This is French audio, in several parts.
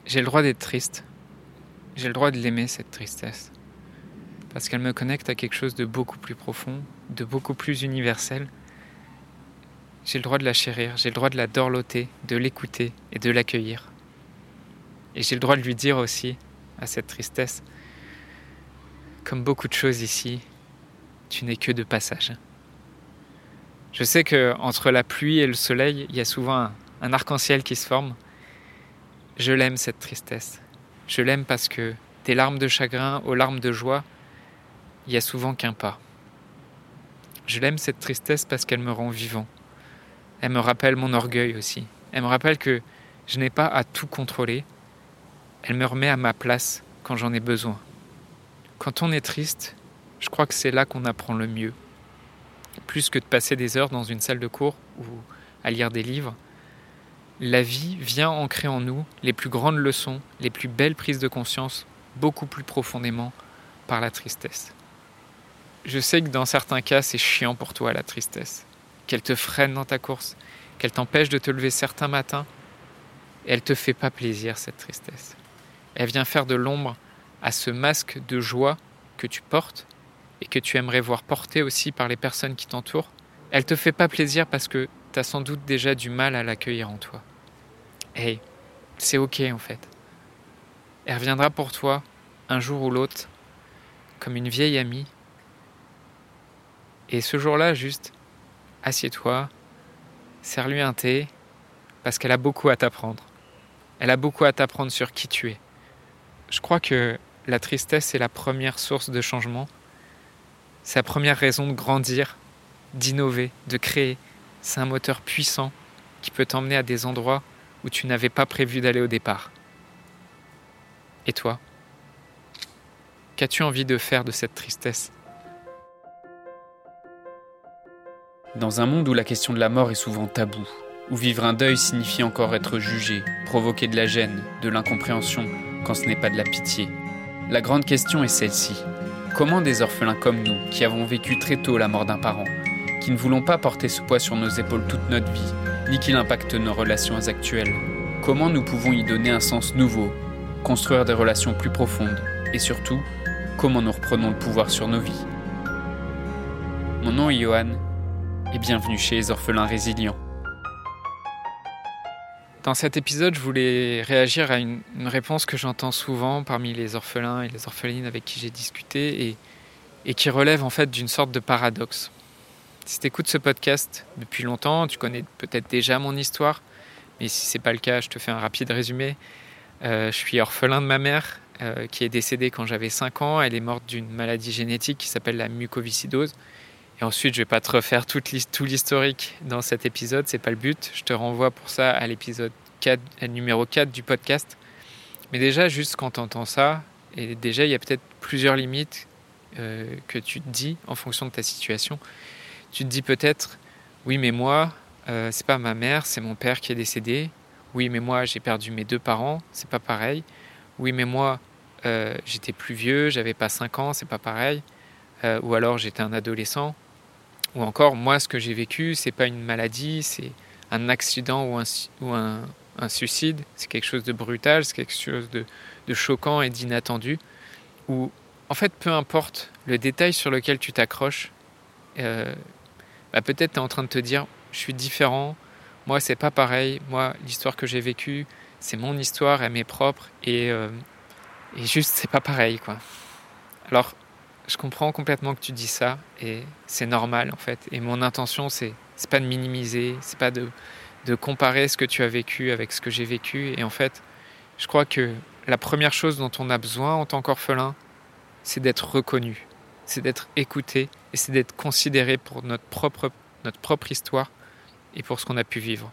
J'ai le droit d'être triste. J'ai le droit de l'aimer, cette tristesse. Parce qu'elle me connecte à quelque chose de beaucoup plus profond, de beaucoup plus universel. J'ai le droit de la chérir, j'ai le droit de la dorloter, de l'écouter et de l'accueillir. Et j'ai le droit de lui dire aussi, à cette tristesse, comme beaucoup de choses ici, tu n'es que de passage. Je sais qu'entre la pluie et le soleil, il y a souvent un arc-en-ciel qui se forme. Je l'aime, cette tristesse. Je l'aime parce que des larmes de chagrin aux larmes de joie, il y a souvent qu'un pas. Je l'aime, cette tristesse, parce qu'elle me rend vivant. Elle me rappelle mon orgueil aussi. Elle me rappelle que je n'ai pas à tout contrôler. Elle me remet à ma place quand j'en ai besoin. Quand on est triste, je crois que c'est là qu'on apprend le mieux. Plus que de passer des heures dans une salle de cours ou à lire des livres, la vie vient ancrer en nous les plus grandes leçons, les plus belles prises de conscience, beaucoup plus profondément par la tristesse. Je sais que dans certains cas, c'est chiant pour toi, la tristesse. Qu'elle te freine dans ta course, qu'elle t'empêche de te lever certains matins. Et elle te fait pas plaisir, cette tristesse. Elle vient faire de l'ombre à ce masque de joie que tu portes et que tu aimerais voir porter aussi par les personnes qui t'entourent. Elle te fait pas plaisir parce que tu as sans doute déjà du mal à l'accueillir en toi. Hey, c'est ok en fait. Elle reviendra pour toi un jour ou l'autre comme une vieille amie. Et ce jour-là, juste, assieds-toi, serre-lui un thé, parce qu'elle a beaucoup à t'apprendre. Elle a beaucoup à t'apprendre sur qui tu es. Je crois que la tristesse est la première source de changement. C'est la première raison de grandir, d'innover, de créer. C'est un moteur puissant qui peut t'emmener à des endroits où tu n'avais pas prévu d'aller au départ. Et toi ? Qu'as-tu envie de faire de cette tristesse ? Dans un monde où la question de la mort est souvent taboue, où vivre un deuil signifie encore être jugé, provoquer de la gêne, de l'incompréhension, quand ce n'est pas de la pitié, la grande question est celle-ci. Comment des orphelins comme nous, qui avons vécu très tôt la mort d'un parent, qui ne voulons pas porter ce poids sur nos épaules toute notre vie, ni qu'il impacte nos relations actuelles, comment nous pouvons y donner un sens nouveau, construire des relations plus profondes, et surtout, comment nous reprenons le pouvoir sur nos vies. Mon nom est Johan, et bienvenue chez les orphelins résilients. Dans cet épisode, je voulais réagir à une réponse que j'entends souvent parmi les orphelins et les orphelines avec qui j'ai discuté et qui relève en fait d'une sorte de paradoxe. Si tu écoutes ce podcast depuis longtemps, tu connais peut-être déjà mon histoire, mais si ce n'est pas le cas, je te fais un rapide résumé. Je suis orphelin de ma mère qui est décédée quand j'avais 5 ans. Elle est morte d'une maladie génétique qui s'appelle la mucoviscidose. Et ensuite, je ne vais pas te refaire tout l'historique dans cet épisode, c'est pas le but. Je te renvoie pour ça à l'épisode 4, numéro 4 du podcast. Mais déjà, juste quand tu entends ça, et déjà, il y a peut-être plusieurs limites que tu te dis en fonction de ta situation. Tu te dis peut-être, oui, mais moi, c'est pas ma mère, c'est mon père qui est décédé. Oui, mais moi, j'ai perdu mes 2 parents, c'est pas pareil. Oui, mais moi, j'étais plus vieux, j'avais pas 5 ans, c'est pas pareil. Ou alors, j'étais un adolescent. Ou encore, moi, ce que j'ai vécu, c'est pas une maladie, c'est un accident ou un suicide. C'est quelque chose de brutal, c'est quelque chose de choquant et d'inattendu. Ou, en fait, peu importe le détail sur lequel tu t'accroches, peut-être tu es en train de te dire, je suis différent, moi, c'est pas pareil. Moi, l'histoire que j'ai vécue, c'est mon histoire, elle m'est propre, et juste, c'est pas pareil, quoi. Alors, je comprends complètement que tu dis ça et c'est normal en fait. Et mon intention, c'est pas de minimiser, c'est pas de comparer ce que tu as vécu avec ce que j'ai vécu. Et en fait, je crois que la première chose dont on a besoin en tant qu'orphelin, c'est d'être reconnu, c'est d'être écouté et c'est d'être considéré pour notre propre histoire et pour ce qu'on a pu vivre.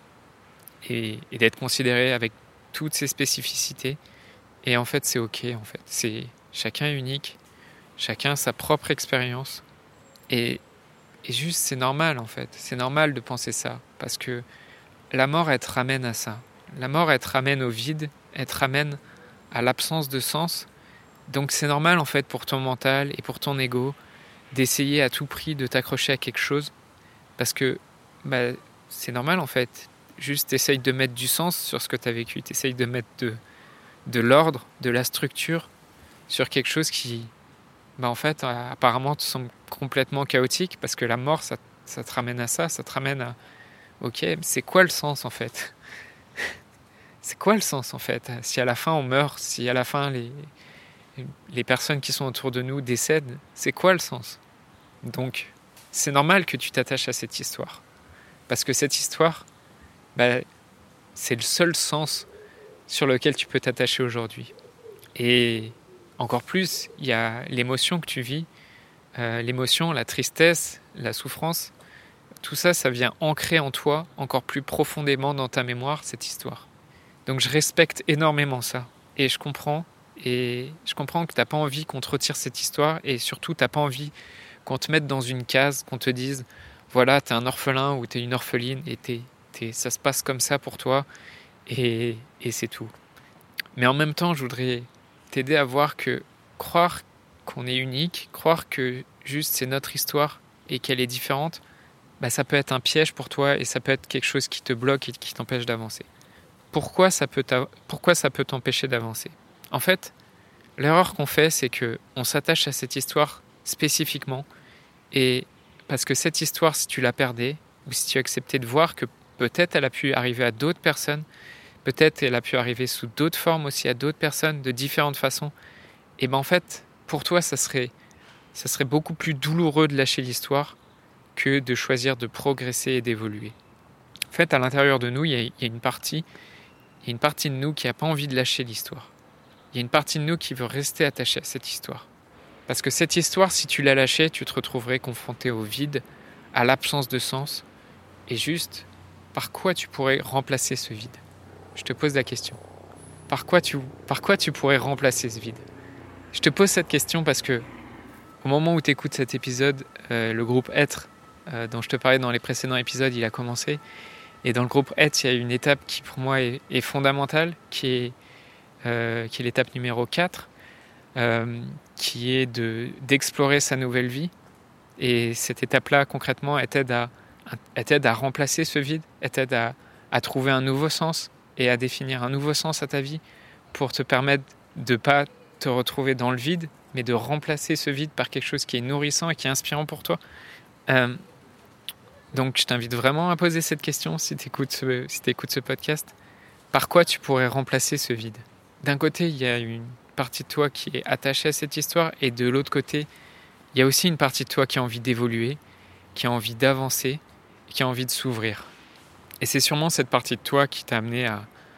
Et d'être considéré avec toutes ses spécificités. Et en fait, c'est ok en fait. Chacun est unique. Chacun a sa propre expérience. Et juste, c'est normal en fait. C'est normal de penser ça. Parce que la mort, elle te ramène à ça. La mort, elle te ramène au vide. Elle te ramène à l'absence de sens. Donc c'est normal en fait pour ton mental et pour ton ego d'essayer à tout prix de t'accrocher à quelque chose. Parce que c'est normal en fait. Juste, t'essayes de mettre du sens sur ce que t'as vécu. T'essayes de mettre de l'ordre, de la structure sur quelque chose qui, en fait, apparemment te semble complètement chaotique, parce que la mort, ça te ramène à ça te ramène à, ok, c'est quoi le sens en fait? C'est quoi le sens en fait? Si à la fin on meurt, si à la fin les personnes qui sont autour de nous décèdent, c'est quoi le sens? Donc, c'est normal que tu t'attaches à cette histoire. Parce que cette histoire, c'est le seul sens sur lequel tu peux t'attacher aujourd'hui. Et encore plus, il y a l'émotion que tu vis, l'émotion, la tristesse, la souffrance. Tout ça, ça vient ancrer en toi encore plus profondément dans ta mémoire cette histoire. Donc je respecte énormément ça. Et je comprends que tu n'as pas envie qu'on te retire cette histoire, et surtout tu n'as pas envie qu'on te mette dans une case, qu'on te dise voilà, tu es un orphelin ou tu es une orpheline et ça se passe comme ça pour toi et c'est tout. Mais en même temps, je voudrais t'aider à voir que croire qu'on est unique, croire que juste c'est notre histoire et qu'elle est différente, ça peut être un piège pour toi et ça peut être quelque chose qui te bloque et qui t'empêche d'avancer. Pourquoi ça peut t'empêcher d'avancer? En fait, l'erreur qu'on fait, c'est qu'on s'attache à cette histoire spécifiquement, et parce que cette histoire, si tu la perdais, ou si tu acceptais de voir que peut-être elle a pu arriver à d'autres personnes, peut-être elle a pu arriver sous d'autres formes aussi à d'autres personnes, de différentes façons, et en fait, pour toi, ça serait beaucoup plus douloureux de lâcher l'histoire que de choisir de progresser et d'évoluer. En fait, à l'intérieur de nous, il y a une partie de nous qui n'a pas envie de lâcher l'histoire. Il y a une partie de nous qui veut rester attachée à cette histoire. Parce que cette histoire, si tu la lâchais, tu te retrouverais confronté au vide, à l'absence de sens, et juste, par quoi tu pourrais remplacer ce vide? Je te pose la question. Par quoi tu pourrais remplacer ce vide? Je te pose cette question parce que, au moment où tu écoutes cet épisode, le groupe Être, dont je te parlais dans les précédents épisodes, il a commencé. Et dans le groupe Être, il y a une étape qui pour moi est fondamentale, qui est l'étape numéro 4, qui est d'explorer sa nouvelle vie. Et cette étape-là, concrètement, elle t'aide à remplacer ce vide, elle t'aide à trouver un nouveau sens et à définir un nouveau sens à ta vie pour te permettre de ne pas te retrouver dans le vide, mais de remplacer ce vide par quelque chose qui est nourrissant et qui est inspirant pour toi. Donc je t'invite vraiment à poser cette question si tu écoutes ce podcast. Par quoi tu pourrais remplacer ce vide? D'un côté, il y a une partie de toi qui est attachée à cette histoire, et de l'autre côté, il y a aussi une partie de toi qui a envie d'évoluer, qui a envie d'avancer, qui a envie de s'ouvrir. Et c'est sûrement cette partie de toi qui t'a amené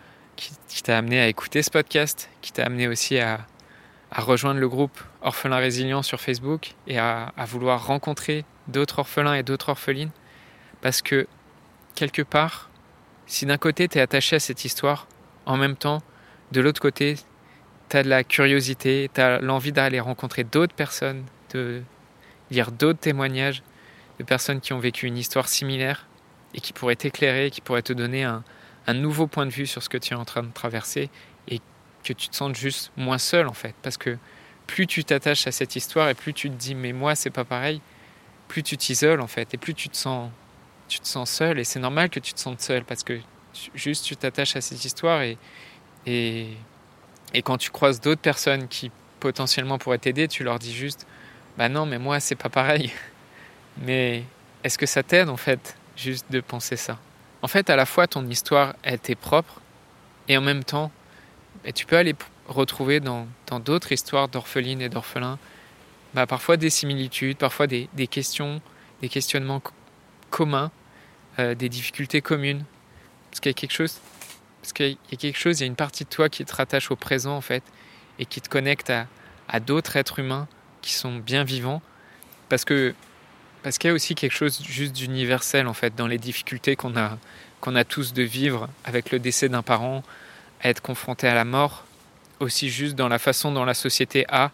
à écouter ce podcast, qui t'a amené aussi à rejoindre le groupe Orphelins Résilients sur Facebook et à vouloir rencontrer d'autres orphelins et d'autres orphelines. Parce que, quelque part, si d'un côté tu es attaché à cette histoire, en même temps, de l'autre côté, tu as de la curiosité, tu as l'envie d'aller rencontrer d'autres personnes, de lire d'autres témoignages de personnes qui ont vécu une histoire similaire et qui pourraient t'éclairer, qui pourraient te donner un nouveau point de vue sur ce que tu es en train de traverser, et que tu te sentes juste moins seul en fait. Parce que plus tu t'attaches à cette histoire et plus tu te dis mais moi c'est pas pareil, plus tu t'isoles en fait, et plus tu te sens seul. Et c'est normal que tu te sentes seul parce que juste tu t'attaches à cette histoire, et quand tu croises d'autres personnes qui potentiellement pourraient t'aider, tu leur dis juste non mais moi c'est pas pareil. Mais est-ce que ça t'aide en fait juste de penser ça? En fait, à la fois ton histoire elle t'est propre, et en même temps tu peux aller retrouver dans d'autres histoires d'orphelines et d'orphelins parfois des similitudes, parfois des questionnements communs, des difficultés communes. Parce qu'il y a quelque chose, il y a une partie de toi qui te rattache au présent en fait, et qui te connecte à d'autres êtres humains qui sont bien vivants, parce qu'il y a aussi quelque chose juste d'universel en fait dans les difficultés qu'on a tous de vivre avec le décès d'un parent, à être confronté à la mort, aussi juste dans la façon dont la société a,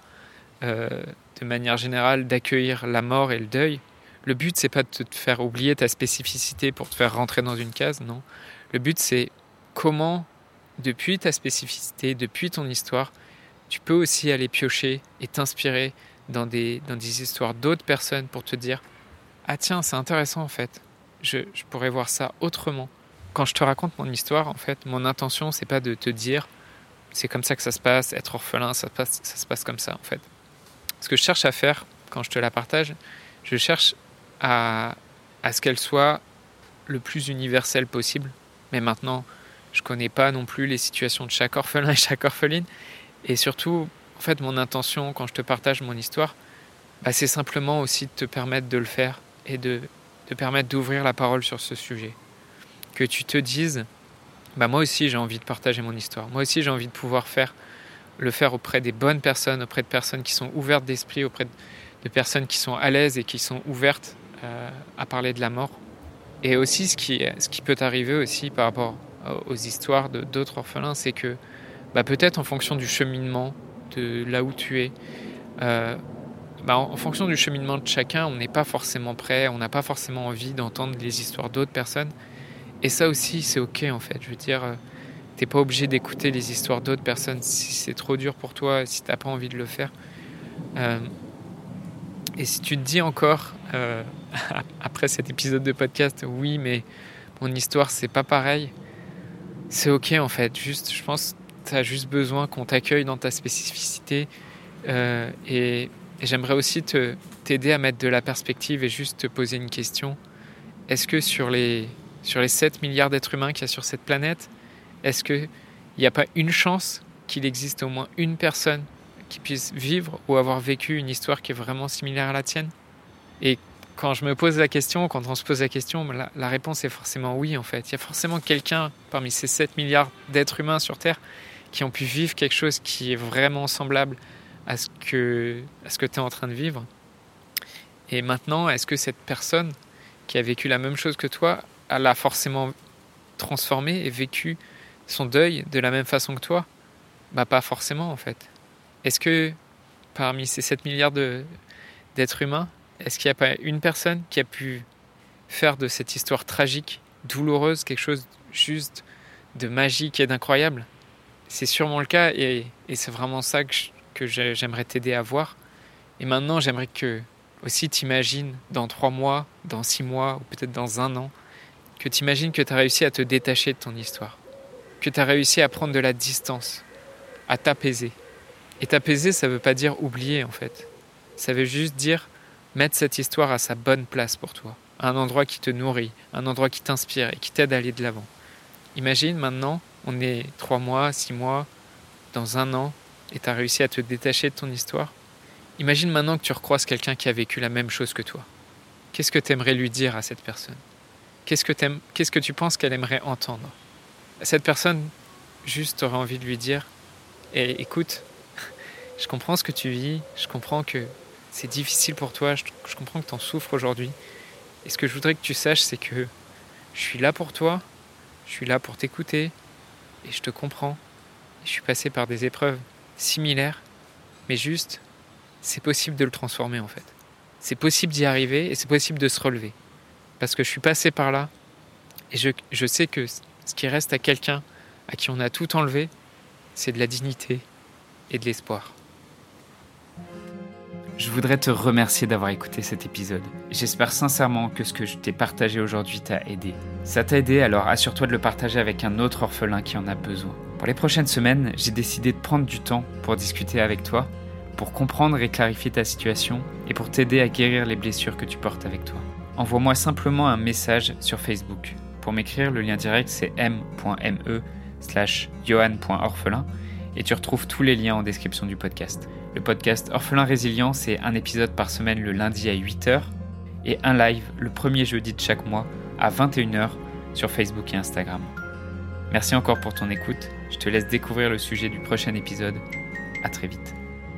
de manière générale, d'accueillir la mort et le deuil. Le but, c'est pas de te faire oublier ta spécificité pour te faire rentrer dans une case, non. Le but, c'est comment, depuis ta spécificité, depuis ton histoire, tu peux aussi aller piocher et t'inspirer dans des histoires d'autres personnes pour te dire « Ah tiens, c'est intéressant en fait, je pourrais voir ça autrement ». Quand je te raconte mon histoire, en fait, mon intention, c'est pas de te dire c'est comme ça que ça se passe, être orphelin, ça se passe comme ça en fait. Ce que je cherche à faire quand je te la partage, je cherche à ce qu'elle soit le plus universelle possible. Mais maintenant, je connais pas non plus les situations de chaque orphelin et chaque orpheline. Et surtout, en fait, mon intention quand je te partage mon histoire, c'est simplement aussi de te permettre de le faire et de te permettre d'ouvrir la parole sur ce sujet. Que tu te dises, moi aussi j'ai envie de partager mon histoire. Moi aussi j'ai envie de pouvoir le faire auprès des bonnes personnes, auprès de personnes qui sont ouvertes d'esprit, auprès de personnes qui sont à l'aise et qui sont ouvertes à parler de la mort. Et aussi ce qui peut t'arriver aussi par rapport aux histoires d'autres orphelins, c'est que peut-être en fonction du cheminement de là où tu es, en fonction du cheminement de chacun, on n'est pas forcément prêt, on n'a pas forcément envie d'entendre les histoires d'autres personnes. Et ça aussi, c'est ok en fait. Je veux dire, t'es pas obligé d'écouter les histoires d'autres personnes si c'est trop dur pour toi, si t'as pas envie de le faire. Et si tu te dis encore, après cet épisode de podcast, oui, mais mon histoire, c'est pas pareil, c'est ok en fait. Juste, je pense que t'as juste besoin qu'on t'accueille dans ta spécificité. Et j'aimerais aussi t'aider à mettre de la perspective et juste te poser une question. Est-ce que sur les 7 milliards d'êtres humains qu'il y a sur cette planète, est-ce qu'il n'y a pas une chance qu'il existe au moins une personne qui puisse vivre ou avoir vécu une histoire qui est vraiment similaire à la tienne ? Et quand je me pose la question, quand on se pose la question, la réponse est forcément oui en fait. Il y a forcément quelqu'un parmi ces 7 milliards d'êtres humains sur Terre qui ont pu vivre quelque chose qui est vraiment semblable à ce que tu es en train de vivre. Et maintenant, est-ce que cette personne qui a vécu la même chose que toi, elle a forcément transformé et vécu son deuil de la même façon que toi ? Pas forcément en fait. Est-ce que parmi ces 7 milliards d'êtres humains, est-ce qu'il n'y a pas une personne qui a pu faire de cette histoire tragique, douloureuse, quelque chose juste de magique et d'incroyable ? C'est sûrement le cas et c'est vraiment ça que j'aimerais t'aider à voir. Et maintenant, j'aimerais que aussi t'imagines dans 3 mois, dans 6 mois ou peut-être dans 1 an, que t'imagines que tu as réussi à te détacher de ton histoire, que tu as réussi à prendre de la distance, à t'apaiser. Et t'apaiser, ça veut pas dire oublier en fait. Ça veut juste dire mettre cette histoire à sa bonne place pour toi, à un endroit qui te nourrit, un endroit qui t'inspire et qui t'aide à aller de l'avant. Imagine maintenant, on est 3 mois, 6 mois, dans 1 an, et tu as réussi à te détacher de ton histoire. Imagine maintenant que tu recroises quelqu'un qui a vécu la même chose que toi. Qu'est-ce que tu aimerais lui dire à cette personne ? Qu'est-ce que tu penses qu'elle aimerait entendre ? Cette personne, juste, aurait envie de lui dire « Écoute, je comprends ce que tu vis, je comprends que c'est difficile pour toi, je comprends que tu en souffres aujourd'hui. Et ce que je voudrais que tu saches, c'est que je suis là pour toi, je suis là pour t'écouter, et je te comprends. Je suis passé par des épreuves similaires, mais juste, c'est possible de le transformer en fait. C'est possible d'y arriver et c'est possible de se relever. Parce que je suis passé par là et je sais que ce qui reste à quelqu'un à qui on a tout enlevé, c'est de la dignité et de l'espoir. Je voudrais te remercier d'avoir écouté cet épisode. J'espère sincèrement que ce que je t'ai partagé aujourd'hui t'a aidé. Ça t'a aidé, alors assure-toi de le partager avec un autre orphelin qui en a besoin. Pour les prochaines semaines, j'ai décidé de prendre du temps pour discuter avec toi, pour comprendre et clarifier ta situation et pour t'aider à guérir les blessures que tu portes avec toi. Envoie-moi simplement un message sur Facebook. Pour m'écrire, le lien direct c'est m.me/johan.orphelin et tu retrouves tous les liens en description du podcast. Le podcast Orphelin Résilient, c'est un épisode par semaine le lundi à 8h et un live le premier jeudi de chaque mois à 21h sur Facebook et Instagram. Merci encore pour ton écoute. Je te laisse découvrir le sujet du prochain épisode. À très vite.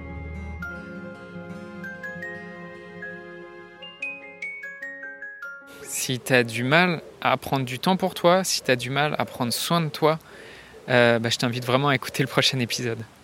Si tu as du mal à prendre du temps pour toi, si tu as du mal à prendre soin de toi, je t'invite vraiment à écouter le prochain épisode.